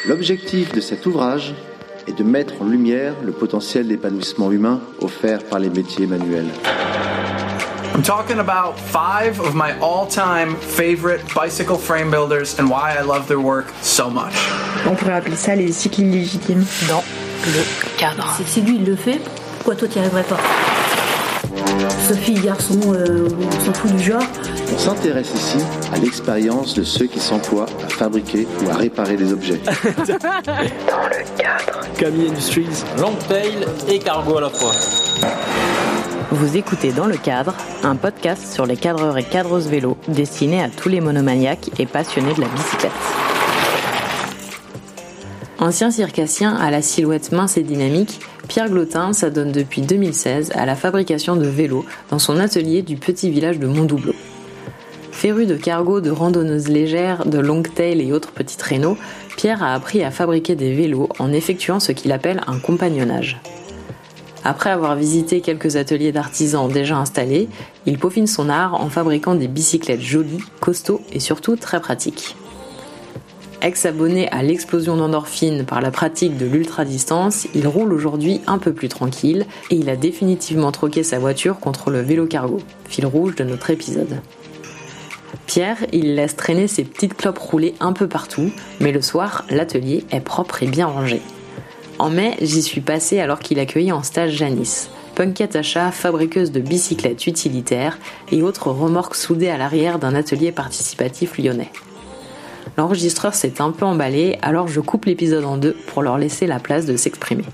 L'objectif de cet ouvrage est de mettre en lumière le potentiel d'épanouissement humain offert par les métiers manuels. I'm talking about 5 of my all-time favorite bicycle frame builders and why I love their work so much. On pourrait appeler ça les cycles illégitimes. Dans le cadre. C'est que si lui il le fait, pourquoi toi t'y arriverais pas? Sophie, garçon, on s'en fout du genre. On s'intéresse ici à l'expérience de ceux qui s'emploient à fabriquer ou à réparer des objets. Dans le cadre. Camille Industries, Longtail et Cargo à la fois. Vous écoutez Dans le cadre, un podcast sur les cadreurs et cadreuses vélos destiné à tous les monomaniaques et passionnés de la bicyclette. Ancien circassien à la silhouette mince et dynamique, Pierre Glotin s'adonne depuis 2016 à la fabrication de vélos dans son atelier du petit village de Montdoubleau. Féru de cargo, de randonneuses légères, de longtail et autres petits traîneaux, Pierre a appris à fabriquer des vélos en effectuant ce qu'il appelle un compagnonnage. Après avoir visité quelques ateliers d'artisans déjà installés, il peaufine son art en fabriquant des bicyclettes jolies, costauds et surtout très pratiques. Ex-abonné à l'explosion d'endorphines par la pratique de l'ultra-distance, il roule aujourd'hui un peu plus tranquille et il a définitivement troqué sa voiture contre le vélo cargo, fil rouge de notre épisode. Pierre, il laisse traîner ses petites clopes roulées un peu partout, mais le soir, l'atelier est propre et bien rangé. En mai, j'y suis passée alors qu'il accueillait en stage Janice, punkette achat, fabriqueuse de bicyclettes utilitaires et autres remorques soudées à l'arrière d'un atelier participatif lyonnais. L'enregistreur s'est un peu emballé, alors je coupe l'épisode en deux pour leur laisser la place de s'exprimer.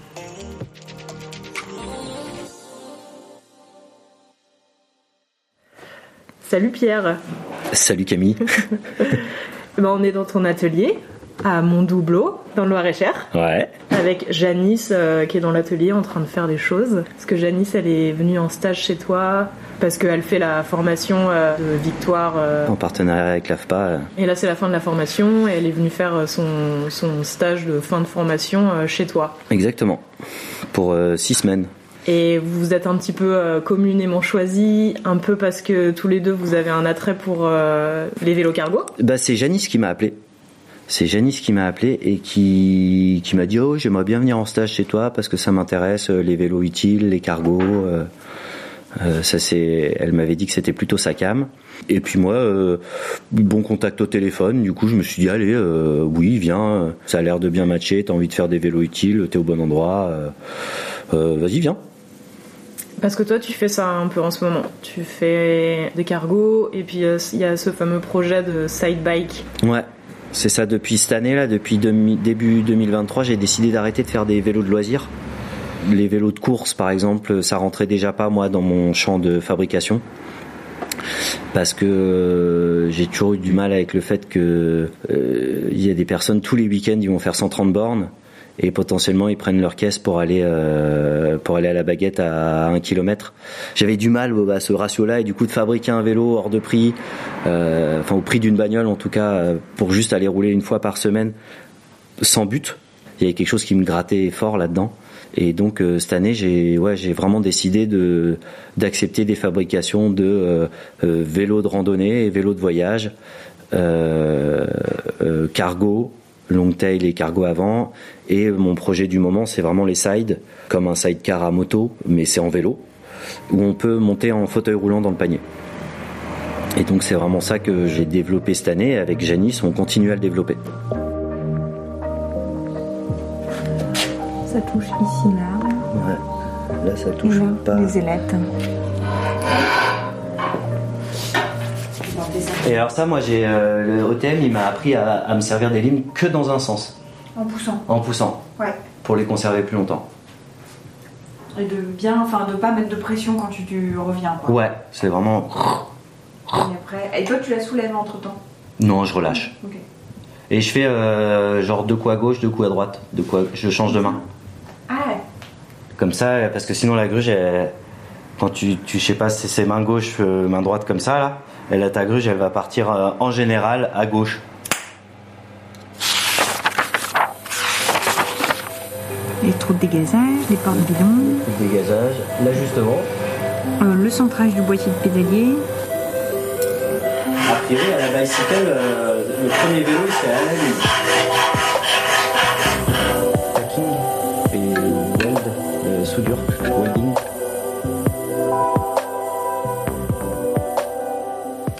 Salut Pierre. Salut Camille. On est dans ton atelier à Montdoubleau, dans le Loir-et-Cher. Ouais. Avec Janice qui est dans l'atelier en train de faire des choses. Parce que Janice, elle est venue en stage chez toi parce qu'elle fait la formation de Victoire. En partenariat avec l'AFPA. Et là, c'est la fin de la formation et elle est venue faire son stage de fin de formation chez toi. Exactement. Pour 6 semaines. Et vous vous êtes un petit peu communément choisis, un peu parce que tous les deux, vous avez un attrait pour les vélos cargo. C'est Janice qui m'a appelé. C'est Janice qui m'a appelé et qui m'a dit « Oh, j'aimerais bien venir en stage chez toi parce que ça m'intéresse, les vélos utiles, les cargos. » Elle m'avait dit que c'était plutôt sa came. Et puis moi, bon contact au téléphone, du coup je me suis dit « Allez, oui, viens, ça a l'air de bien matcher, t'as envie de faire des vélos utiles, t'es au bon endroit, vas-y, viens. » Parce que toi, tu fais ça un peu en ce moment. Tu fais des cargos et puis il y a ce fameux projet de side bike. Ouais. C'est ça, depuis cette année-là, depuis début 2023, j'ai décidé d'arrêter de faire des vélos de loisirs. Les vélos de course, par exemple, ça rentrait déjà pas, moi, dans mon champ de fabrication. Parce que j'ai toujours eu du mal avec le fait que il y a des personnes, tous les week-ends, ils vont faire 130 bornes. Et potentiellement ils prennent leur caisse pour aller à la baguette à 1 km. J'avais du mal à ce ratio-là et du coup de fabriquer un vélo hors de prix, au prix d'une bagnole en tout cas, pour juste aller rouler une fois par semaine sans but. Il y avait quelque chose qui me grattait fort là-dedans. Et donc cette année j'ai vraiment décidé d'accepter des fabrications de vélos de randonnée et vélos de voyage, cargo, longtail et cargo avant, et mon projet du moment c'est vraiment les sides, comme un sidecar à moto mais c'est en vélo où on peut monter en fauteuil roulant dans le panier. Et donc c'est vraiment ça que j'ai développé cette année. Avec Janice on continue à le développer. Ça touche ici là. Ouais. Là ça touche là, pas les ailettes. Et alors ça, moi, le OTM, il m'a appris à me servir des limes que dans un sens. En poussant. Ouais. Pour les conserver plus longtemps. Et de pas mettre de pression quand tu reviens, quoi. Ouais, c'est vraiment... Et toi, tu la soulèves entre-temps? Non, je relâche. Ok. Et je fais genre 2 coups à gauche, 2 coups à droite. Je change de main. Ah ouais. Comme ça, parce que sinon la gruge, quand tu je sais pas si c'est main gauche, main droite comme ça, là, ta gruge, elle va partir en général à gauche. Les trous de dégazage, les portes bidons. Les trous de dégazage, l'ajustement. Le centrage du boîtier de pédalier. A priori, à la bicycle, le premier vélo, il serait à la lune.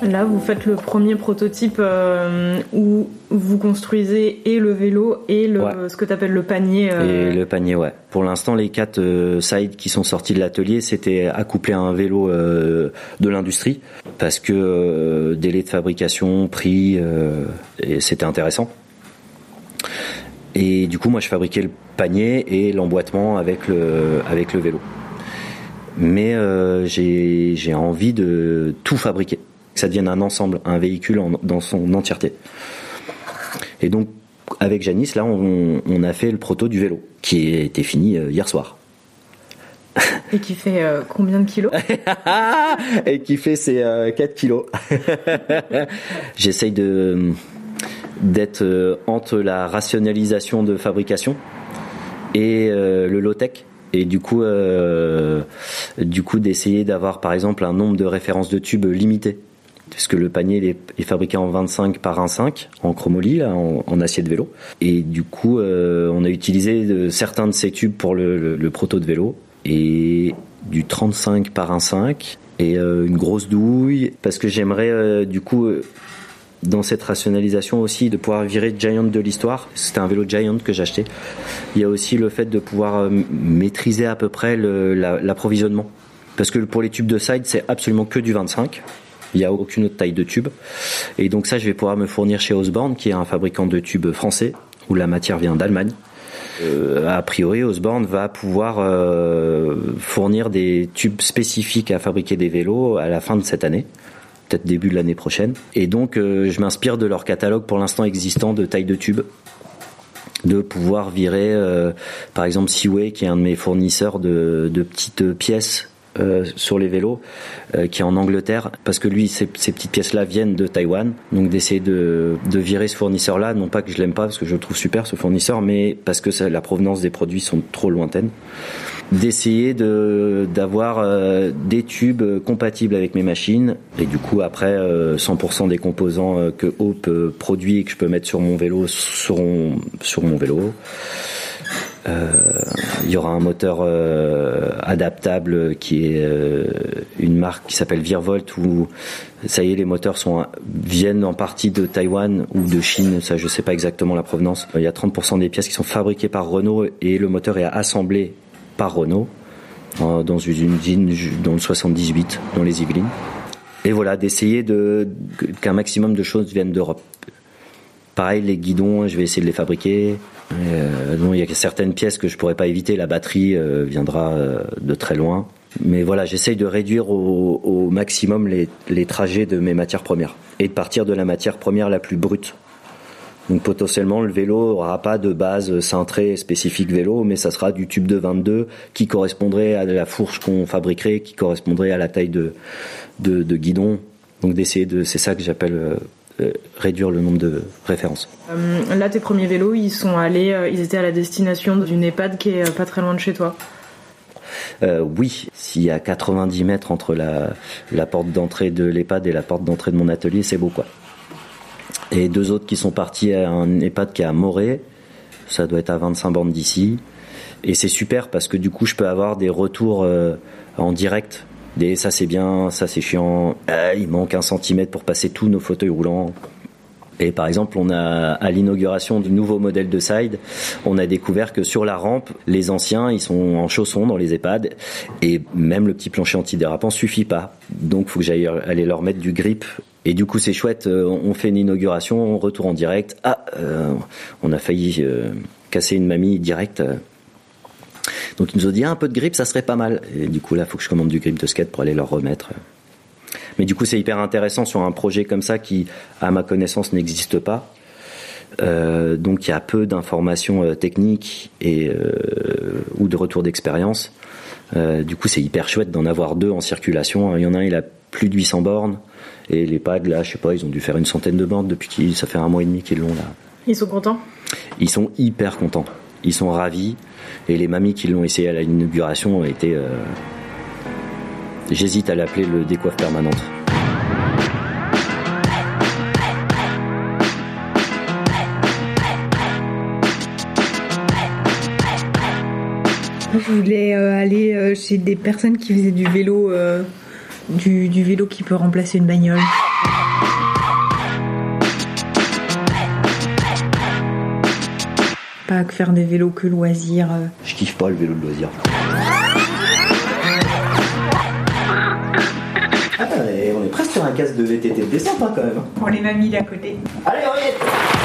Là, vous faites le premier prototype où vous construisez et le vélo et ce que tu appelles le panier. Et le panier, ouais. Pour l'instant, les 4 sides qui sont sortis de l'atelier, c'était accouplé à un vélo de l'industrie parce que délai de fabrication, prix, et c'était intéressant. Et du coup, moi, je fabriquais le panier et l'emboîtement avec le vélo. Mais j'ai envie de tout fabriquer, que ça devienne un ensemble, un véhicule dans son entièreté. Et donc, avec Janice, là, on a fait le proto du vélo, qui a été fini hier soir. Et qui fait combien de kilos? Et qui fait ses 4 kilos. J'essaye d'être entre la rationalisation de fabrication et le low-tech. Et du coup d'essayer d'avoir par exemple un nombre de références de tubes limité, puisque le panier est fabriqué en 25 par 1,5 en chromoly là, en acier de vélo. Et du coup on a utilisé certains de ces tubes pour le proto de vélo et du 35 par 1,5 et une grosse douille parce que j'aimerais dans cette rationalisation aussi de pouvoir virer Giant de l'histoire. C'était un vélo Giant que j'ai acheté. Il y a aussi le fait de pouvoir maîtriser à peu près l'approvisionnement. Parce que pour les tubes de side, c'est absolument que du 25. Il n'y a aucune autre taille de tube. Et donc ça, je vais pouvoir me fournir chez Osborne, qui est un fabricant de tubes français, où la matière vient d'Allemagne. A priori, Osborne va pouvoir fournir des tubes spécifiques à fabriquer des vélos à la fin de cette année. Peut-être début de l'année prochaine. Et donc, je m'inspire de leur catalogue pour l'instant existant de taille de tube, de pouvoir virer, par exemple, Seaway, qui est un de mes fournisseurs de petites pièces sur les vélos, qui est en Angleterre, parce que lui, ces petites pièces-là viennent de Taïwan. Donc, d'essayer de virer ce fournisseur-là, non pas que je l'aime pas, parce que je le trouve super, ce fournisseur, mais parce que la provenance des produits sont trop lointaines. D'essayer d'avoir des tubes compatibles avec mes machines et du coup après 100% des composants que Hope produit et que je peux mettre sur mon vélo seront sur mon vélo. Il y aura un moteur adaptable qui est une marque qui s'appelle Virvolt où ça y est les moteurs viennent en partie de Taïwan ou de Chine, ça je sais pas exactement la provenance. Il y a 30% des pièces qui sont fabriquées par Renault et le moteur est assemblé par Renault dans une usine dans le 78 dans les Yvelines. Et voilà, d'essayer qu'un maximum de choses viennent d'Europe. Pareil, les guidons, je vais essayer de les fabriquer. Il y a certaines pièces que je pourrais pas éviter, la batterie viendra de très loin. Mais voilà, j'essaye de réduire au maximum les trajets de mes matières premières et de partir de la matière première la plus brute. Donc potentiellement le vélo aura pas de base cintrée spécifique vélo, mais ça sera du tube de 22 qui correspondrait à la fourche qu'on fabriquerait, qui correspondrait à la taille de guidon. Donc c'est ça que j'appelle réduire le nombre de références. Là, tes premiers vélos, ils étaient à la destination d'une EHPAD qui est pas très loin de chez toi. Oui, s'il y a 90 mètres entre la porte d'entrée de l'EHPAD et la porte d'entrée de mon atelier, c'est beau quoi. Et 2 autres qui sont partis à un EHPAD qui est à Morée, ça doit être à 25 bornes d'ici. Et c'est super parce que du coup je peux avoir des retours en direct. Ça c'est bien, ça c'est chiant, il manque 1 centimètre pour passer tous nos fauteuils roulants. Et par exemple, à l'inauguration du nouveau modèle de Side, on a découvert que sur la rampe, les anciens, ils sont en chaussons dans les EHPAD et même le petit plancher antidérapant suffit pas. Donc, faut que j'aille aller leur mettre du grip. Et du coup, c'est chouette. On fait une inauguration, on retourne en direct. On a failli casser une mamie direct. Donc, ils nous ont dit un peu de grip, ça serait pas mal. Et du coup, là, faut que je commande du grip de skate pour aller leur remettre. Mais du coup, c'est hyper intéressant sur un projet comme ça qui, à ma connaissance, n'existe pas. Donc, il y a peu d'informations techniques ou de retour d'expérience. Du coup, c'est hyper chouette d'en avoir 2 en circulation. Il y en a un, il a plus de 800 bornes. Et les pads, là, je sais pas, ils ont dû faire une centaine de bornes depuis ça fait 1 mois et demi qu'ils l'ont, là. Ils sont contents ? Ils sont hyper contents. Ils sont ravis. Et les mamies qui l'ont essayé à l'inauguration ont été... J'hésite à l'appeler le décoiffe permanente. Je voulais aller chez des personnes qui faisaient du vélo, du vélo qui peut remplacer une bagnole. Pas que faire des vélos que loisirs. Je kiffe pas le vélo de loisir. Ah, on est presque sur un casque de VTT de descente hein, quand même. On les mamies d'à côté. Allez, on y est.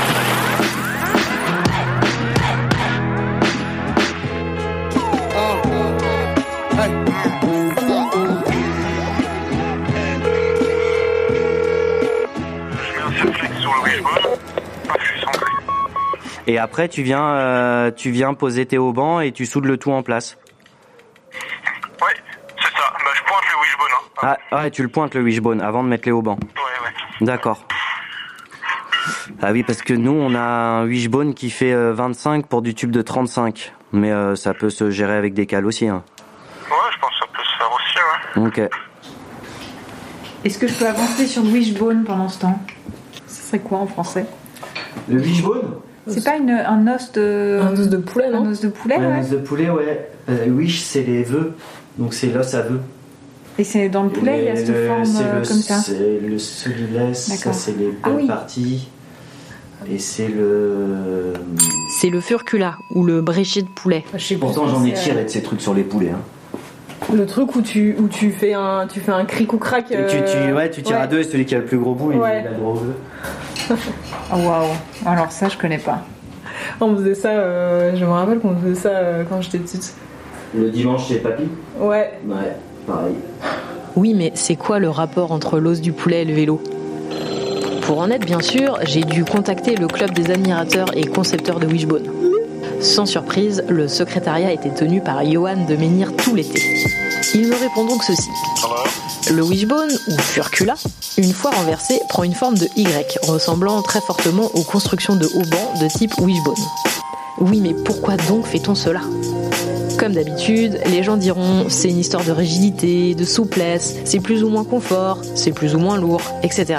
Et après, tu viens poser tes haubans et tu soudes le tout en place. Ouais, c'est ça. Bah, je pointe le wishbone. Hein. Ah ouais, tu le pointes le wishbone avant de mettre les haubans. Ouais. D'accord. Ah oui, parce que nous, on a un wishbone qui fait 25 pour du tube de 35. Mais ça peut se gérer avec des cales aussi. Hein. Ouais, je pense que ça peut se faire aussi, ouais. Ok. Est-ce que je peux avancer sur le wishbone pendant ce temps? Ce serait quoi en français? Le wishbone? C'est pas un os de... Un os de poulet, non? Un os de poulet, ouais. Un os de poulet, ouais. Wish, c'est les vœux. Donc c'est l'os à vœux. Et c'est dans le poulet, il y a cette forme comme ça. C'est le solilès, ça c'est les belles parties. Et c'est le... C'est le furcula, ou le bréchet de poulet. Pourtant j'en ai tiré de ces trucs sur les poulets. Hein. Le truc où tu fais un cric ou crac. Tu tires à deux et celui qui a le plus gros bout, il a le gros vœu. Oh, waouh, alors ça je connais pas. On faisait ça, je me rappelle qu'on faisait ça quand j'étais petite. Le dimanche chez papy? Ouais. Ouais, pareil. Oui, mais c'est quoi le rapport entre l'os du poulet et le vélo? Pour en être bien sûr, j'ai dû contacter le club des admirateurs et concepteurs de wishbone. Sans surprise, le secrétariat était tenu par Johan de Menhir tout l'été. Il me répond donc ceci. Le wishbone, ou furcula, une fois renversé, prend une forme de Y, ressemblant très fortement aux constructions de haubans de type wishbone. Oui, mais pourquoi donc fait-on cela? Comme d'habitude, les gens diront c'est une histoire de rigidité, de souplesse, c'est plus ou moins confort, c'est plus ou moins lourd, etc.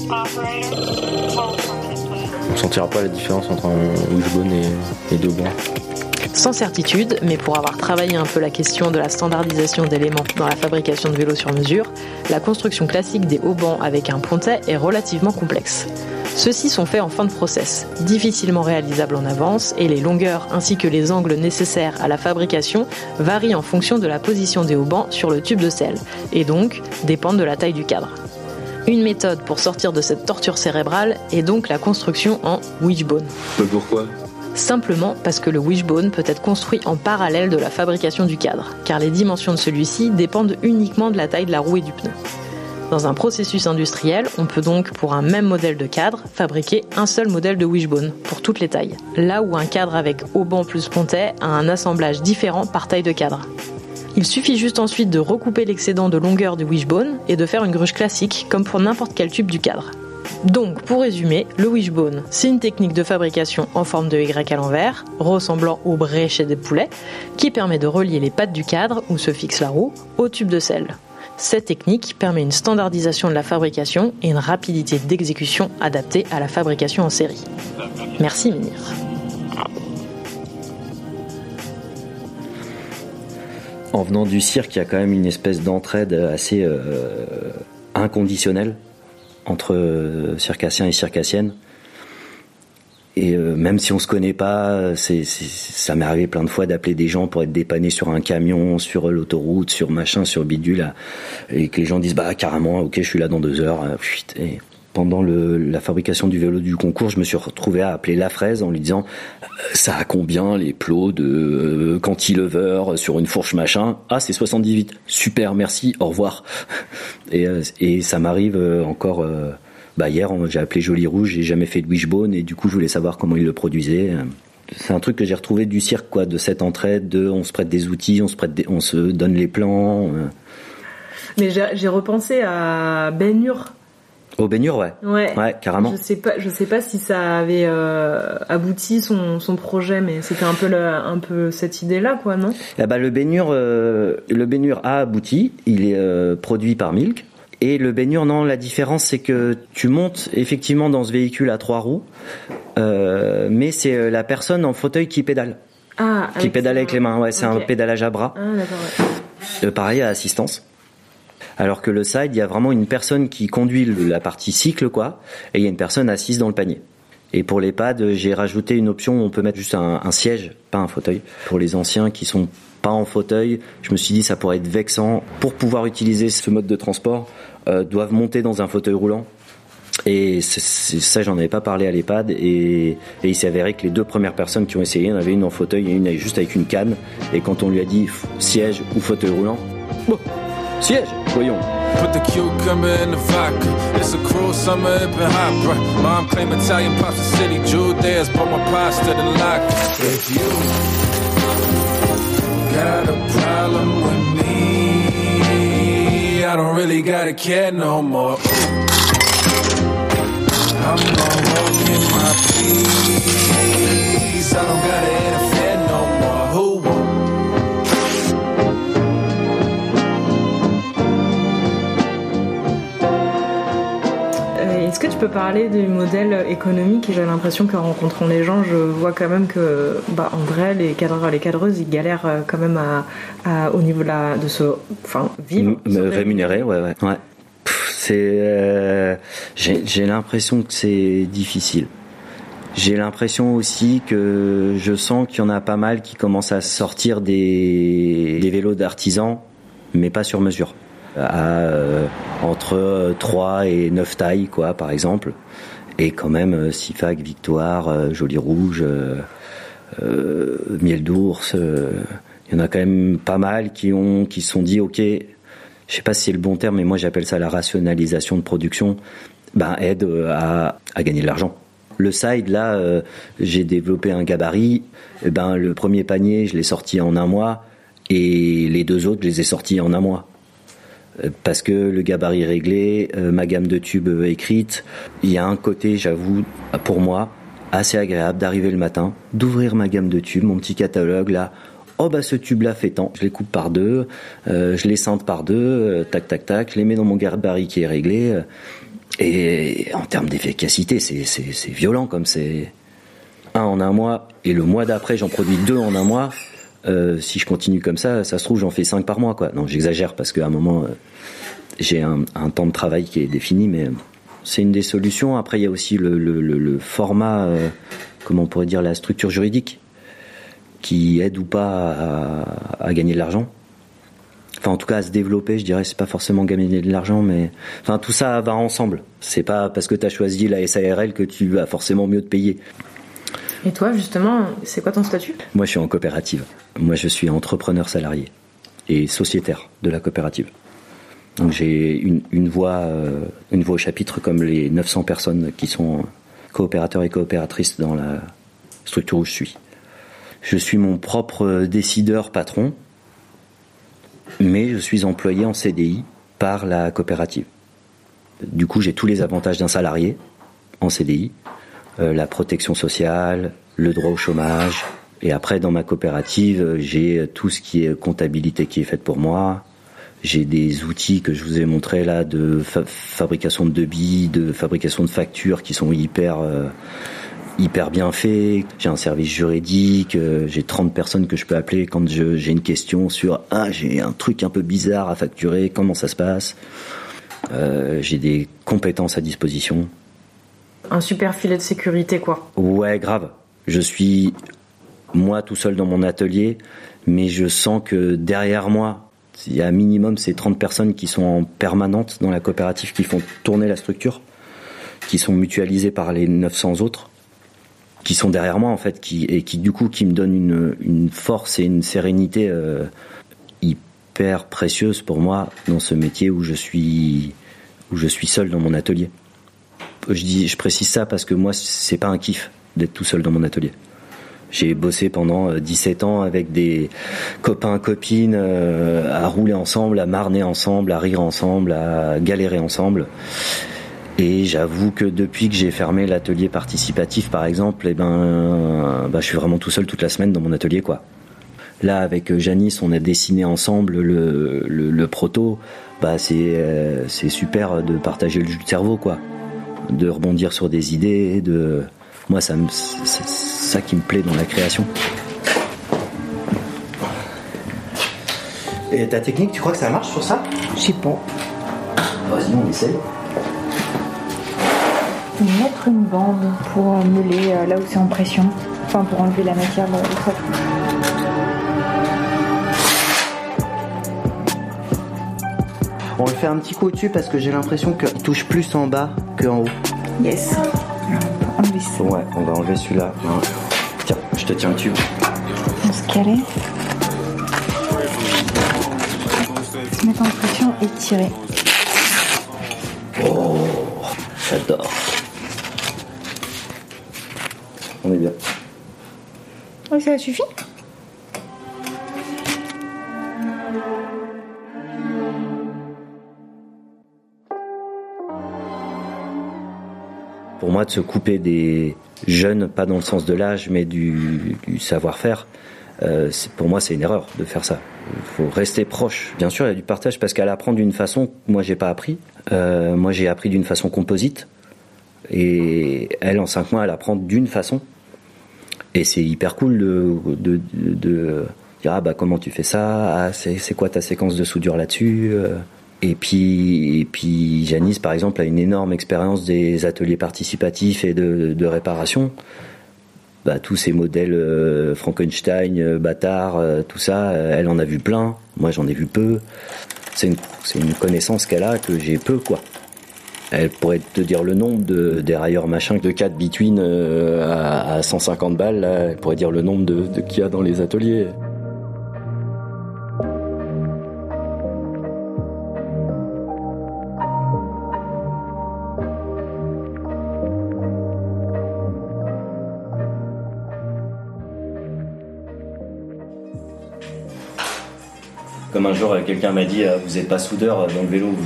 On sentira pas la différence entre un wishbone et deux bancs. Sans certitude, mais pour avoir travaillé un peu la question de la standardisation d'éléments dans la fabrication de vélos sur mesure, la construction classique des haubans avec un pontet est relativement complexe. Ceux-ci sont faits en fin de process, difficilement réalisables en avance, et les longueurs ainsi que les angles nécessaires à la fabrication varient en fonction de la position des haubans sur le tube de selle, et donc dépendent de la taille du cadre. Une méthode pour sortir de cette torture cérébrale est donc la construction en wishbone. Pourquoi ? Simplement parce que le wishbone peut être construit en parallèle de la fabrication du cadre, car les dimensions de celui-ci dépendent uniquement de la taille de la roue et du pneu. Dans un processus industriel, on peut donc, pour un même modèle de cadre, fabriquer un seul modèle de wishbone, pour toutes les tailles, là où un cadre avec hauban plus pontet a un assemblage différent par taille de cadre. Il suffit juste ensuite de recouper l'excédent de longueur du wishbone et de faire une gruge classique, comme pour n'importe quel tube du cadre. Donc, pour résumer, le wishbone, c'est une technique de fabrication en forme de Y à l'envers, ressemblant au bréchet des poulets, qui permet de relier les pattes du cadre, où se fixe la roue, au tube de selle. Cette technique permet une standardisation de la fabrication et une rapidité d'exécution adaptée à la fabrication en série. Merci Menhir. En venant du cirque, il y a quand même une espèce d'entraide assez inconditionnelle entre circassiens et circassiennes. Et même si on se connaît pas, ça m'est arrivé plein de fois d'appeler des gens pour être dépannés sur un camion, sur l'autoroute, sur machin, sur bidule, et que les gens disent bah carrément, ok, je suis là dans 2 heures. Et pendant la fabrication du vélo du concours, je me suis retrouvé à appeler La Fraise en lui disant ça a combien les plots de cantilever sur une fourche machin? Ah, c'est 78. Super, merci, au revoir. Et ça m'arrive encore. Hier, j'ai appelé Joli Rouge, j'ai jamais fait de wishbone et du coup, je voulais savoir comment ils le produisaient. C'est un truc que j'ai retrouvé du cirque, quoi, de cette entraide, on se prête des outils, on se donne les plans. Mais j'ai repensé à Ben Hur. Au Ben Hur, ouais. Ouais, carrément. Je sais pas si ça avait abouti son projet, mais c'était un peu cette idée-là, quoi, non? Le Ben Hur a abouti. Il est produit par Milk. Et le Ben Hur, non, la différence c'est que tu montes effectivement dans ce véhicule à 3 roues, mais c'est la personne en fauteuil qui pédale. Qui pédale avec les mains, ouais, c'est un pédalage à bras. Ah, d'accord, ouais. Pareil à assistance. Alors que le side, il y a vraiment une personne qui conduit la partie cycle, quoi, et il y a une personne assise dans le panier. Et pour les pads, j'ai rajouté une option où on peut mettre juste un siège, pas un fauteuil. Pour les anciens qui sont pas en fauteuil, je me suis dit ça pourrait être vexant. Pour pouvoir utiliser ce mode de transport, doivent monter dans un fauteuil roulant. Et ça, j'en avais pas parlé à l'EHPAD, et il s'est avéré que les 2 premières personnes qui ont essayé, il y en avait une en fauteuil et une juste avec une canne. Et quand on lui a dit siège ou fauteuil roulant, bon, siège, voyons. Put the cucumber in the vodka. It's a cruel summer, it been hot, bruh. Mom claim Italian pops the city, Judeas, but my pasta the lock. If you got a problem with me, I don't really gotta care no more. I'm gonna walk in my peace. I don't gotta interfere no more. Who won't? Est-ce que tu peux parler du modèle économique? J'ai l'impression qu'en rencontrant les gens, je vois quand même que en vrai, les cadreurs et les cadreuses, ils galèrent quand même au niveau de se vivre. Me rémunérer, ouais. J'ai l'impression que c'est difficile. J'ai l'impression aussi que je sens qu'il y en a pas mal qui commencent à sortir des vélos d'artisans, mais pas sur mesure. Entre 3 et 9 tailles, quoi, par exemple. Et quand même, Sifac, Victoire, Joli Rouge, Miel d'Ours, il y en a quand même pas mal qui se sont dit, ok, je sais pas si c'est le bon terme, mais moi j'appelle ça la rationalisation de production, aide à gagner de l'argent. Le side, là, j'ai développé un gabarit, le premier panier, je l'ai sorti en 1 mois, et les 2 autres, je les ai sortis en 1 mois. Parce que le gabarit réglé, ma gamme de tubes écrite, il y a un côté, j'avoue, pour moi, assez agréable d'arriver le matin, d'ouvrir ma gamme de tubes, mon petit catalogue là. Oh ce tube-là fait tant, je les coupe par 2, je les scinde par 2, tac tac tac, je les mets dans mon gabarit qui est réglé. Et en termes d'efficacité, c'est violent comme c'est 1 en 1 mois, et le mois d'après j'en produis 2 en 1 mois. Si je continue comme ça se trouve j'en fais 5 par mois, quoi. Non, j'exagère parce qu'à un moment j'ai un temps de travail qui est défini, mais c'est une des solutions. Après il y a aussi le format, comment on pourrait dire, la structure juridique qui aide ou pas à gagner de l'argent. Enfin, en tout cas, à se développer, je dirais. C'est pas forcément gagner de l'argent, mais enfin, tout ça va ensemble. C'est pas parce que t'as choisi la SARL que tu vas forcément mieux te payer. Et toi, justement, c'est quoi ton statut? Moi, je suis en coopérative. Moi, je suis entrepreneur salarié et sociétaire de la coopérative. Donc, j'ai une voix au chapitre comme les 900 personnes qui sont coopérateurs et coopératrices dans la structure où je suis. Je suis mon propre décideur patron, mais je suis employé en CDI par la coopérative. Du coup, j'ai tous les avantages d'un salarié en CDI, la protection sociale, le droit au chômage. Et après, dans ma coopérative, j'ai tout ce qui est comptabilité qui est faite pour moi. J'ai des outils que je vous ai montrés là de fabrication de devis, de fabrication de factures qui sont hyper bien faits. J'ai un service juridique, j'ai 30 personnes que je peux appeler quand j'ai une question sur j'ai un truc un peu bizarre à facturer, comment ça se passe. J'ai des compétences à disposition. Un super filet de sécurité, quoi. Ouais, grave. Je suis moi tout seul dans mon atelier, mais je sens que derrière moi, il y a minimum ces 30 personnes qui sont en permanente dans la coopérative, qui font tourner la structure, qui sont mutualisées par les 900 autres, qui sont derrière moi en fait, qui du coup qui me donnent une force et une sérénité hyper précieuse pour moi dans ce métier où je suis seul dans mon atelier. Je précise ça parce que moi c'est pas un kiff d'être tout seul dans mon atelier. J'ai bossé pendant 17 ans avec des copains, copines, à rouler ensemble, à marner ensemble, à rire ensemble, à galérer ensemble. Et j'avoue que depuis que j'ai fermé l'atelier participatif, par exemple, je suis vraiment tout seul toute la semaine dans mon atelier, quoi. Là, avec Janice, on a dessiné ensemble le proto. C'est super de partager le jus de cerveau, quoi. De rebondir sur des idées, moi, c'est ça qui me plaît dans la création. Et ta technique, tu crois que ça marche sur ça? Je sais pas. Vas-y, on essaye. Mettre une bande pour meuler là où c'est en pression. Enfin, pour enlever la matière au sol. On le fait un petit coup au-dessus parce que j'ai l'impression qu'il touche plus en bas qu'en haut. Yes. On va enlever ça. Ouais, on va enlever celui-là. Tiens, je te tiens le tube. On se calait. Se mettre en pression et tirer. Oh, j'adore. On est bien. Oui, ça suffit. Pour moi, de se couper des jeunes, pas dans le sens de l'âge, mais du savoir-faire, pour moi, c'est une erreur de faire ça. Il faut rester proche. Bien sûr, il y a du partage parce qu'elle apprend d'une façon que moi, j'ai pas appris. Moi, j'ai appris d'une façon composite. Et elle, en 5 mois, elle apprend d'une façon. Et c'est hyper cool de dire ah bah comment tu fais ça, ah, c'est quoi ta séquence de soudure là-dessus. Et puis Janice par exemple a une énorme expérience des ateliers participatifs et de réparation. Bah, tous ces modèles Frankenstein, Bâtard, tout ça, elle en a vu plein. Moi j'en ai vu peu. C'est une connaissance qu'elle a que j'ai peu quoi. Elle pourrait te dire le nombre de dérailleurs machin de 4 between à 150 balles. Là, elle pourrait dire le nombre de qu'il y a dans les ateliers. Comme un jour, quelqu'un m'a dit vous n'êtes pas soudeur dans le vélo.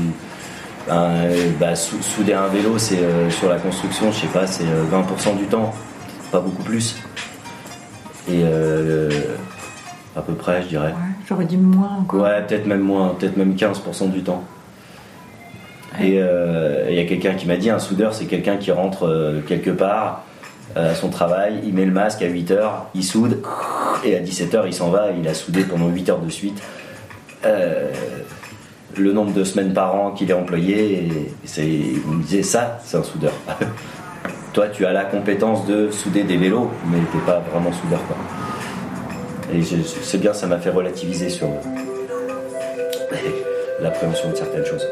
Souder un vélo, c'est sur la construction, je sais pas, c'est 20% du temps, pas beaucoup plus. Et à peu près, je dirais. Ouais, j'aurais dit moins encore. Ouais, peut-être même moins, peut-être même 15% du temps. Ouais. Et il y a quelqu'un qui m'a dit un soudeur, c'est quelqu'un qui rentre quelque part à son travail, il met le masque à 8h, il soude, et à 17h, il s'en va, il a soudé pendant 8 heures de suite. Le nombre de semaines par an qu'il est employé, il me disait ça, c'est un soudeur. Toi, tu as la compétence de souder des vélos, mais t'es pas vraiment soudeur, quoi. Et c'est bien, ça m'a fait relativiser sur l'appréhension de certaines choses.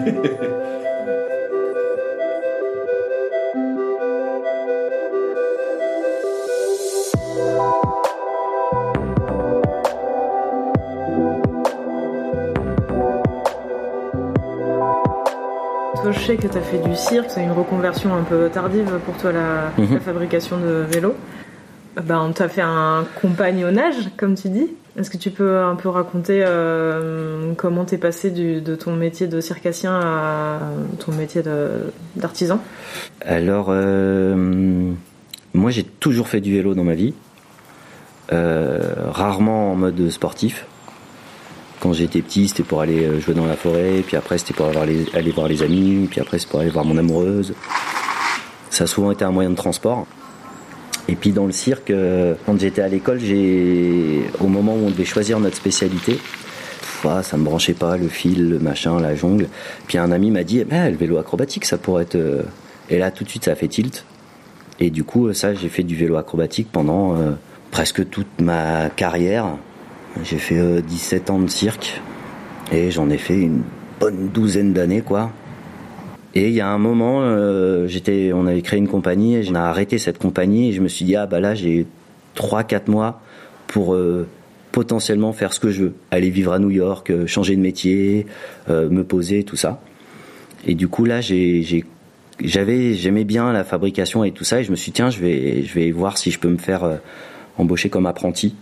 Je sais que tu as fait du cirque, c'est une reconversion un peu tardive pour toi la fabrication de vélos. On t'a fait un compagnonnage, comme tu dis. Est-ce que tu peux un peu raconter comment t'es passé de ton métier de circassien à ton métier d'artisan? Alors, moi j'ai toujours fait du vélo dans ma vie, rarement en mode sportif. Quand j'étais petit, c'était pour aller jouer dans la forêt, puis après c'était pour aller voir les amis, puis après c'est pour aller voir mon amoureuse. Ça a souvent été un moyen de transport. Et puis dans le cirque, quand j'étais à l'école, au moment où on devait choisir notre spécialité, ça me branchait pas, le fil, le machin, la jungle. Puis un ami m'a dit, le vélo acrobatique, ça pourrait être... Et là tout de suite ça a fait tilt. Et du coup, ça j'ai fait du vélo acrobatique pendant presque toute ma carrière. J'ai fait 17 ans de cirque et j'en ai fait une bonne douzaine d'années, quoi. Et il y a un moment, on avait créé une compagnie et j'ai arrêté cette compagnie et je me suis dit, là j'ai 3-4 mois pour potentiellement faire ce que je veux. Aller vivre à New York, changer de métier, me poser, tout ça. Et du coup là, j'aimais bien la fabrication et tout ça et je me suis dit, tiens, je vais voir si je peux me faire embaucher comme apprenti.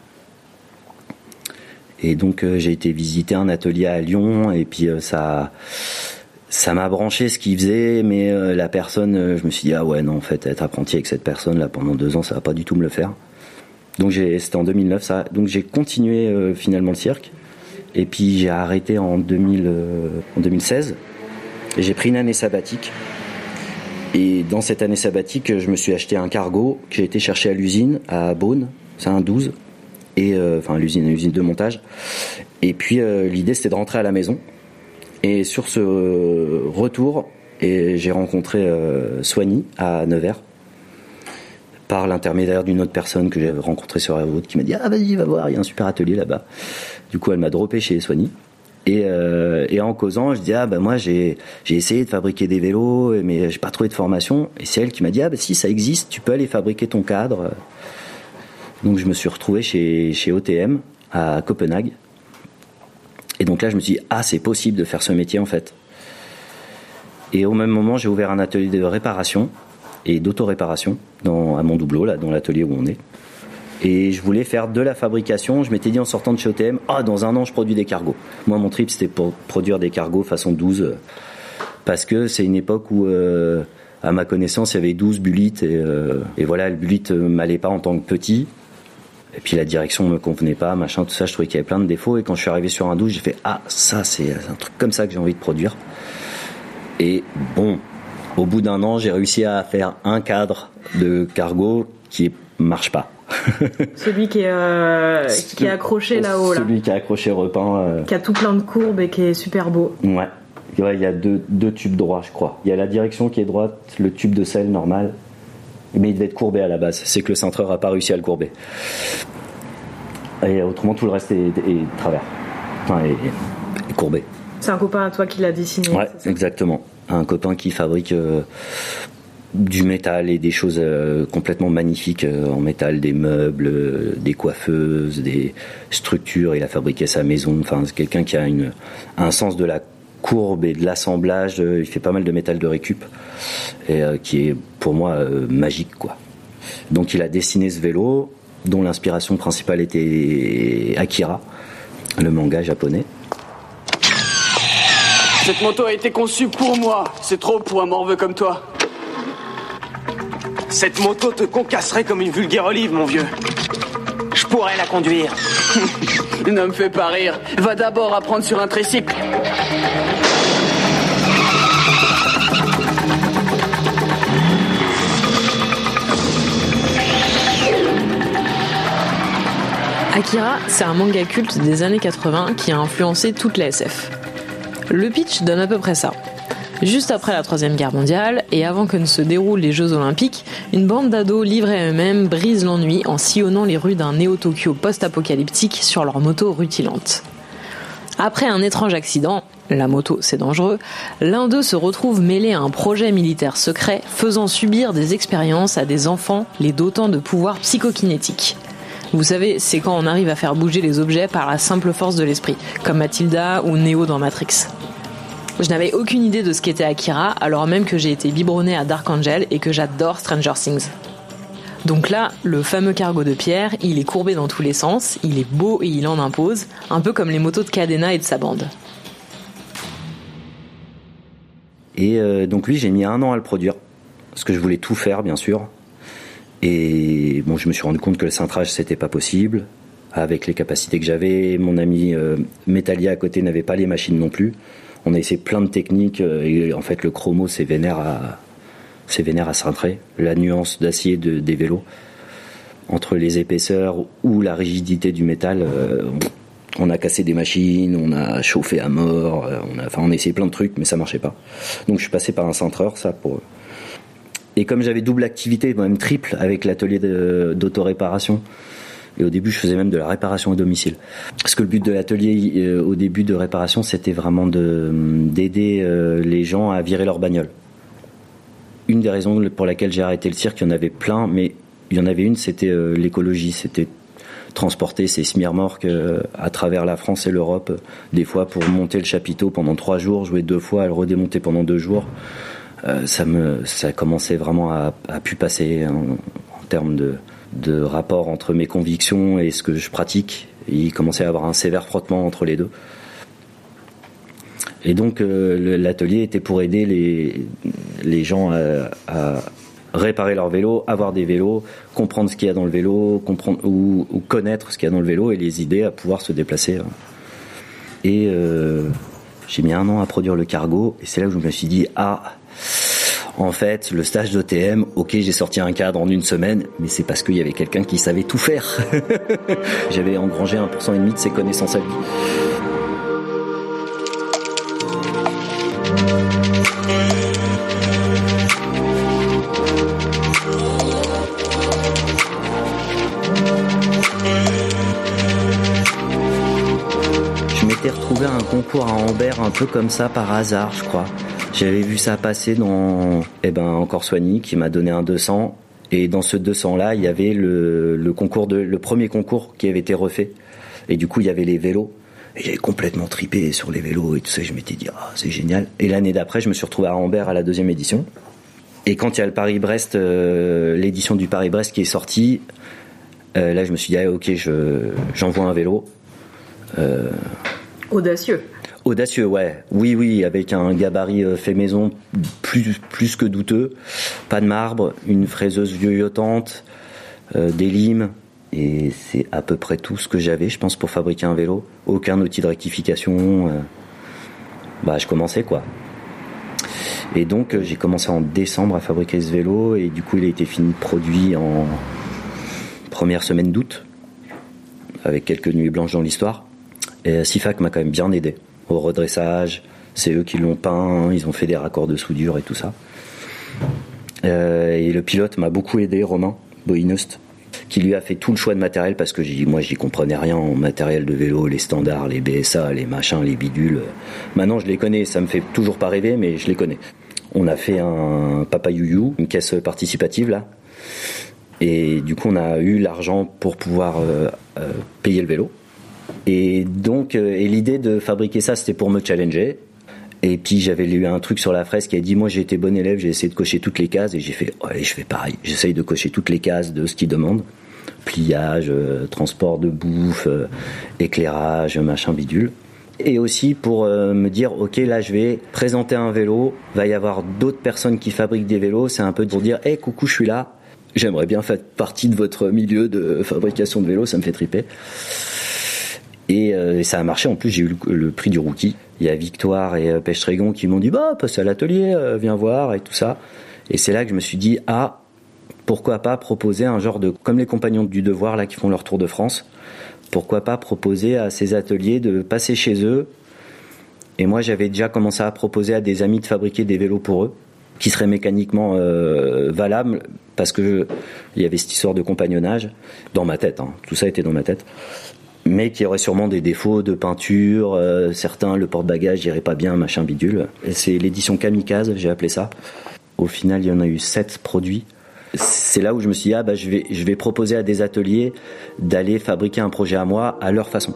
Et donc j'ai été visiter un atelier à Lyon et puis ça m'a branché ce qu'il faisait, mais la personne, je me suis dit non, en fait être apprenti avec cette personne là pendant 2 ans, ça va pas du tout me le faire. Donc c'était en 2009 ça. Donc j'ai continué finalement le cirque et puis j'ai arrêté en 2016 et j'ai pris une année sabbatique. Et dans cette année sabbatique, je me suis acheté un cargo que j'ai été chercher à l'usine à Beaune, c'est un 12. et l'usine de montage. Et puis l'idée c'était de rentrer à la maison. Et sur ce retour, j'ai rencontré Soigny à Nevers par l'intermédiaire d'une autre personne que j'avais rencontrée sur la route qui m'a dit vas-y va voir, il y a un super atelier là-bas. Du coup elle m'a droppé chez Soigny. Et en causant, je dis moi j'ai essayé de fabriquer des vélos, mais j'ai pas trouvé de formation. Et c'est elle qui m'a dit si ça existe, tu peux aller fabriquer ton cadre. Donc je me suis retrouvé chez OTM à Copenhague. Et donc là je me suis dit c'est possible de faire ce métier en fait. Et au même moment j'ai ouvert un atelier de réparation et d'auto-réparation à Montdoubleau, là dans l'atelier où on est. Et je voulais faire de la fabrication. Je m'étais dit en sortant de chez OTM, dans un an je produis des cargos. Moi mon trip c'était pour produire des cargos façon 12, parce que c'est une époque où à ma connaissance il y avait 12 bulites et voilà, le bulite m'allait pas en tant que petit. Et puis la direction me convenait pas, machin, tout ça, je trouvais qu'il y avait plein de défauts. Et quand je suis arrivé sur un 12, j'ai fait ça c'est un truc comme ça que j'ai envie de produire. Et bon, au bout d'un an, j'ai réussi à faire un cadre de cargo qui marche pas. Celui qui est accroché là-haut. Celui qui est accroché repeint. Qui a tout plein de courbes et qui est super beau. Ouais, il y a deux tubes droits, je crois. Il y a la direction qui est droite, le tube de selle normal. Mais il devait être courbé à la base. C'est que le cintreur n'a pas réussi à le courber. Et autrement, tout le reste est travers. Enfin, est courbé. C'est un copain à toi qui l'a dessiné. Ouais, exactement. Un copain qui fabrique du métal et des choses complètement magnifiques en métal, des meubles, des coiffeuses, des structures. Il a fabriqué sa maison. Enfin, c'est quelqu'un qui a un sens de la courbe et de l'assemblage. Il fait pas mal de métal de récup et qui est pour moi magique, quoi. Donc il a dessiné ce vélo dont l'inspiration principale était Akira, le manga japonais. Cette moto a été conçue pour moi. C'est trop pour un morveux comme toi. Cette moto te concasserait comme une vulgaire olive, mon vieux. Je pourrais la conduire. Ne me fais pas rire. Va d'abord apprendre sur un tricycle. Akira, c'est un manga culte des années 80 qui a influencé toute la SF. Le pitch donne à peu près ça. Juste après la Troisième Guerre mondiale, et avant que ne se déroulent les Jeux Olympiques, une bande d'ados livrés à eux-mêmes brise l'ennui en sillonnant les rues d'un néo-Tokyo post-apocalyptique sur leur moto rutilante. Après un étrange accident, la moto c'est dangereux, l'un d'eux se retrouve mêlé à un projet militaire secret faisant subir des expériences à des enfants les dotant de pouvoirs psychokinétiques. Vous savez, c'est quand on arrive à faire bouger les objets par la simple force de l'esprit, comme Mathilda ou Neo dans Matrix. Je n'avais aucune idée de ce qu'était Akira, alors même que j'ai été biberonnée à Dark Angel et que j'adore Stranger Things. Donc là, le fameux cargo de Pierre, il est courbé dans tous les sens, il est beau et il en impose, un peu comme les motos de Cadena et de sa bande. Et donc lui, j'ai mis 1 an à le produire, parce que je voulais tout faire, bien sûr. Et bon, je me suis rendu compte que le cintrage, c'était pas possible. Avec les capacités que j'avais, mon ami métallier à côté n'avait pas les machines non plus. On a essayé plein de techniques et en fait le chromo c'est vénère à cintrer. La nuance d'acier des vélos entre les épaisseurs ou la rigidité du métal, on a cassé des machines, on a chauffé à mort, on a essayé plein de trucs mais ça marchait pas. Donc je suis passé par un cintreur, et comme j'avais double activité, même triple avec l'atelier d'autoréparation. Et au début, je faisais même de la réparation à domicile. Parce que le but de l'atelier, au début de réparation, c'était vraiment d'aider les gens à virer leur bagnole. Une des raisons pour laquelle j'ai arrêté le cirque, il y en avait plein, mais il y en avait une, c'était l'écologie. C'était transporter ces semi-remorques à travers la France et l'Europe, des fois pour monter le chapiteau pendant 3 jours, jouer 2 fois, le redémonter pendant 2 jours. Ça commençait vraiment à plus passer en termes de rapport entre mes convictions et ce que je pratique. Il commençait à avoir un sévère frottement entre les deux. Et donc l'atelier était pour aider les gens à réparer leur vélo, avoir des vélos, comprendre ce qu'il y a dans le vélo, comprendre ou connaître ce qu'il y a dans le vélo et les aider à pouvoir se déplacer. Et j'ai mis 1 an à produire le cargo et c'est là où je me suis dit En fait, le stage d'OTM, ok, j'ai sorti un cadre en 1 semaine, mais c'est parce qu'il y avait quelqu'un qui savait tout faire. J'avais engrangé 1,5% de ses connaissances à lui. Je m'étais retrouvé à un concours à Ambert un peu comme ça par hasard, je crois. J'avais vu ça passer dans Encore Soigny qui m'a donné un 200 et dans ce 200 là il y avait le premier concours qui avait été refait et du coup il y avait les vélos et j'avais complètement tripé sur les vélos et tout ça. Je m'étais dit c'est génial. Et l'année d'après je me suis retrouvé à Ambert à la 2e édition et quand il y a le Paris-Brest, l'édition du Paris-Brest qui est sortie, là je me suis dit ok, j'envoie un vélo. Audacieux, ouais. Oui, avec un gabarit fait maison plus que douteux. Pas de marbre, une fraiseuse vieillotante, des limes, et c'est à peu près tout ce que j'avais, je pense, pour fabriquer un vélo. Aucun outil de rectification. Je commençais, quoi. Et donc, j'ai commencé en décembre à fabriquer ce vélo, et du coup, il a été fini produit en première semaine d'août, avec quelques nuits blanches dans l'histoire. Et Sifac m'a quand même bien aidé au redressage, c'est eux qui l'ont peint, ils ont fait des raccords de soudure et tout ça. Et le pilote m'a beaucoup aidé, Romain Boinost, qui lui a fait tout le choix de matériel parce que j'y comprenais rien en matériel de vélo, les standards, les BSA, les machins, les bidules. Maintenant je les connais, ça me fait toujours pas rêver, mais je les connais. On a fait un Papa Youyou, une caisse participative là, et du coup on a eu l'argent pour pouvoir payer le vélo. Et donc, l'idée de fabriquer ça, c'était pour me challenger. Et puis j'avais lu un truc sur la fresque qui a dit moi j'ai été bon élève, j'ai essayé de cocher toutes les cases et j'ai fait allez je fais pareil, j'essaye de cocher toutes les cases de ce qu'ils demandent, pliage, transport de bouffe, éclairage, machin bidule. Et aussi pour me dire ok là je vais présenter un vélo, va y avoir d'autres personnes qui fabriquent des vélos, c'est un peu pour dire hey coucou je suis là, j'aimerais bien faire partie de votre milieu de fabrication de vélos, ça me fait triper. Et ça a marché. En plus, j'ai eu le prix du rookie. Il y a Victoire et Pêche Trégon qui m'ont dit passe à l'atelier, viens voir et tout ça. Et c'est là que je me suis dit pourquoi pas proposer un genre de comme les compagnons du devoir là qui font leur tour de France. Pourquoi pas proposer à ces ateliers de passer chez eux. Et moi, j'avais déjà commencé à proposer à des amis de fabriquer des vélos pour eux, qui seraient mécaniquement valables, parce que il y avait cette histoire de compagnonnage dans ma tête. Tout ça était dans ma tête. Mais qui aurait sûrement des défauts de peinture, certains le porte-bagages irait pas bien, machin bidule. Et c'est l'édition Kamikaze, j'ai appelé ça. Au final, il y en a eu 7 produits. C'est là où je me suis dit je vais proposer à des ateliers d'aller fabriquer un projet à moi à leur façon.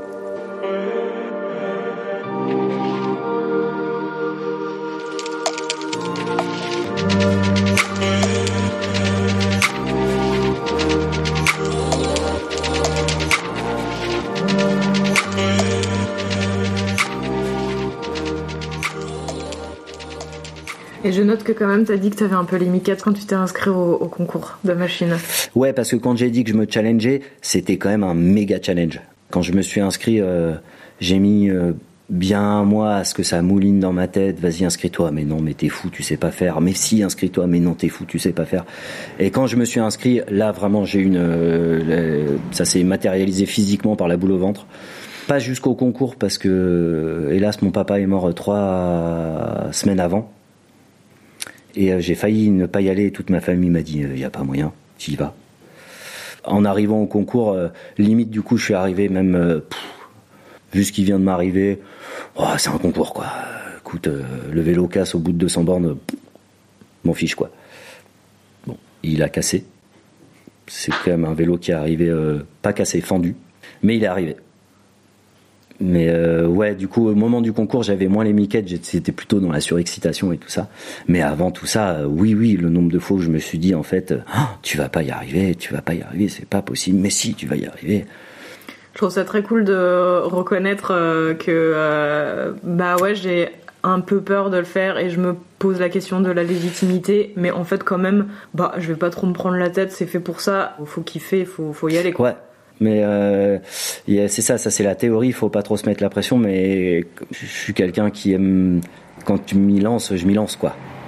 Et je note que quand même t'as dit que t'avais un peu les miquettes quand tu t'es inscrit au concours de machine. Ouais, parce que quand j'ai dit que je me challengeais, c'était quand même un méga challenge. Quand je me suis inscrit, j'ai mis bien un mois à ce que ça mouline dans ma tête. Vas-y, inscris-toi. Mais non, mais t'es fou, tu sais pas faire. Mais si, inscris-toi. Mais non, t'es fou, tu sais pas faire. Et quand je me suis inscrit, là vraiment j'ai ça s'est matérialisé physiquement par la boule au ventre. Pas jusqu'au concours parce que, hélas, mon papa est mort 3 semaines avant. Et j'ai failli ne pas y aller. Toute ma famille m'a dit y a pas moyen, tu y vas. En arrivant au concours, limite du coup je suis arrivé même vu ce qui vient de m'arriver, c'est un concours quoi. Écoute, le vélo casse au bout de 200 bornes, m'en fiche quoi. Bon, il a cassé. C'est quand même un vélo qui est arrivé pas cassé, fendu, mais il est arrivé. Mais ouais, du coup, au moment du concours, j'avais moins les miquettes, c'était plutôt dans la surexcitation et tout ça. Mais avant tout ça, oui, le nombre de fois où je me suis dit, en fait, tu vas pas y arriver, c'est pas possible. Mais si, tu vas y arriver. Je trouve ça très cool de reconnaître que, ouais, j'ai un peu peur de le faire et je me pose la question de la légitimité. Mais en fait, quand même, je vais pas trop me prendre la tête, c'est fait pour ça. Faut kiffer, faut y aller, quoi. Ouais. Mais c'est ça c'est la théorie, il faut pas trop se mettre la pression, mais je suis quelqu'un qui aime, quand tu m'y lances, je m'y lance quoi.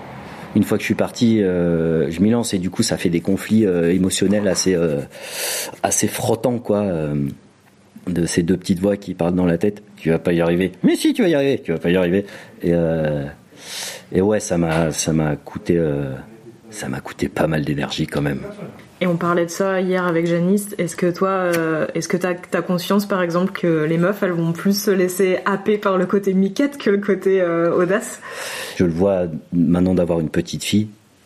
une fois que je suis parti, je m'y lance et du coup ça fait des conflits émotionnels assez frottants quoi. De ces deux petites voix qui parlent dans la tête. Tu vas pas y arriver. Mais si, tu vas y arriver. Tu vas pas y arriver. Et ouais, ça m'a coûté pas mal d'énergie quand même. Et on parlait de ça hier avec Janice. Est-ce que toi, t'as conscience par exemple que les meufs, elles vont plus se laisser happer par le côté miquette que le côté audace? Je le vois maintenant d'avoir une petite fille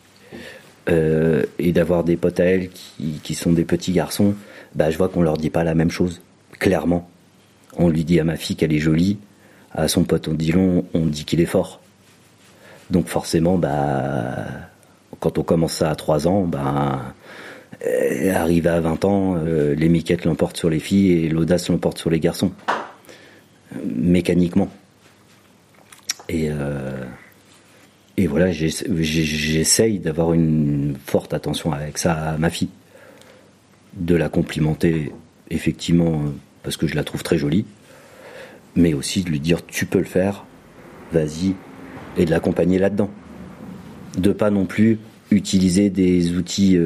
et d'avoir des potes à elle qui sont des petits garçons. Bah, je vois qu'on leur dit pas la même chose. Clairement, on lui dit à ma fille qu'elle est jolie, à son pote on dit qu'il est fort. Donc forcément, bah, quand on commence ça à 3 ans, bah, arrivé à 20 ans, les miquettes l'emportent sur les filles et l'audace l'emporte sur les garçons. Mécaniquement. Et voilà, j'essaye d'avoir une forte attention avec ça à ma fille. De la complimenter, effectivement, parce que je la trouve très jolie, mais aussi de lui dire tu peux le faire, vas-y, et de l'accompagner là-dedans. De pas non plus utiliser des outils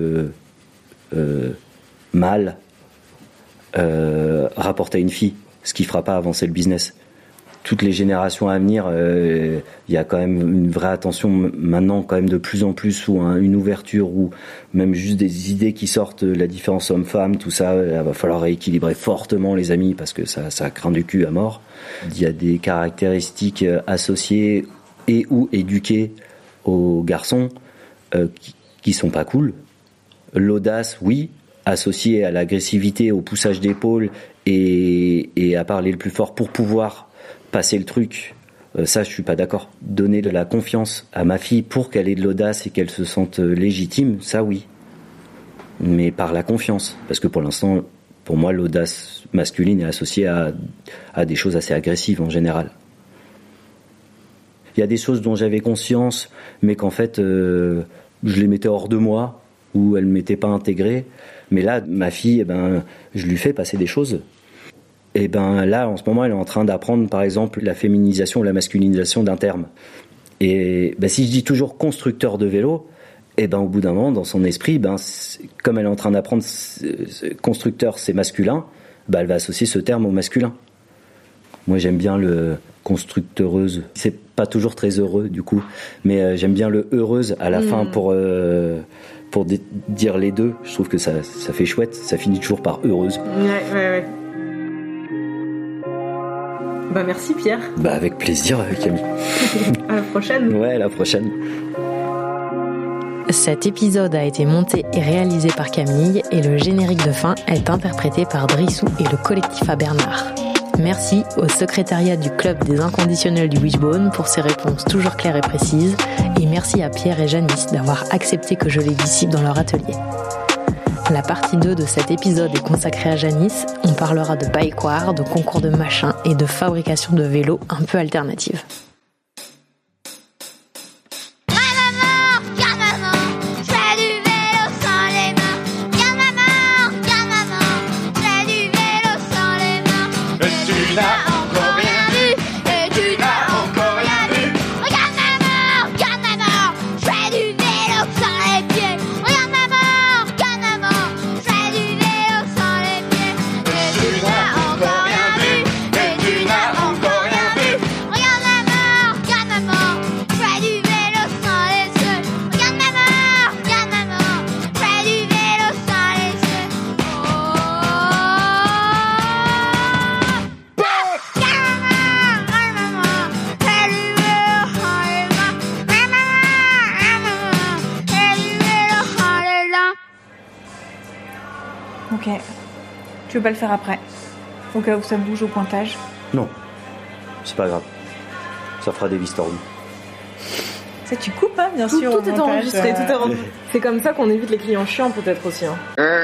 mal rapportés à une fille, ce qui fera pas avancer le business. Toutes les générations à venir, il y a quand même une vraie attention maintenant, quand même de plus en plus, ou une ouverture, ou même juste des idées qui sortent, la différence homme-femme, tout ça, il va falloir rééquilibrer fortement les amis, parce que ça craint du cul à mort. Il y a des caractéristiques associées et ou éduquées aux garçons qui sont pas cool. L'audace, oui, associée à l'agressivité, au poussage d'épaule et à parler le plus fort pour pouvoir passer le truc, ça je suis pas d'accord. Donner de la confiance à ma fille pour qu'elle ait de l'audace et qu'elle se sente légitime, ça oui. Mais par la confiance, parce que pour l'instant, pour moi, l'audace masculine est associée à des choses assez agressives en général. Il y a des choses dont j'avais conscience, mais qu'en fait, je les mettais hors de moi, ou elles ne m'étaient pas intégrées. Mais là, ma fille, je lui fais passer des choses. Et là, en ce moment, elle est en train d'apprendre, par exemple, la féminisation ou la masculinisation d'un terme. Et si je dis toujours constructeur de vélo, au bout d'un moment, dans son esprit, comme elle est en train d'apprendre constructeur, c'est masculin, elle va associer ce terme au masculin. Moi, j'aime bien le constructeureuse. C'est pas toujours très heureux, du coup, mais j'aime bien le heureuse à la fin pour dire les deux. Je trouve que ça fait chouette. Ça finit toujours par heureuse. Ouais. Merci Pierre. Avec plaisir Camille. À la prochaine. Ouais, à la prochaine. Cet épisode a été monté et réalisé par Camille et le générique de fin est interprété par Drissou et le collectif à Bernard. Merci au secrétariat du Club des Inconditionnels du Wishbone pour ses réponses toujours claires et précises, et merci à Pierre et Janice d'avoir accepté que je les dissipe dans leur atelier. La partie 2 de cet épisode est consacrée à Janice. On parlera de bikewear, de concours de machins et de fabrication de vélos un peu alternatives. Ok. Tu veux pas le faire après? Au cas où ça bouge au pointage? Non. C'est pas grave. Ça fera des vistords. Ça tu coupes, hein, bien sûr. Tout est enregistré, tout est enregistré. C'est comme ça qu'on évite les clients chiants peut-être aussi. Hein.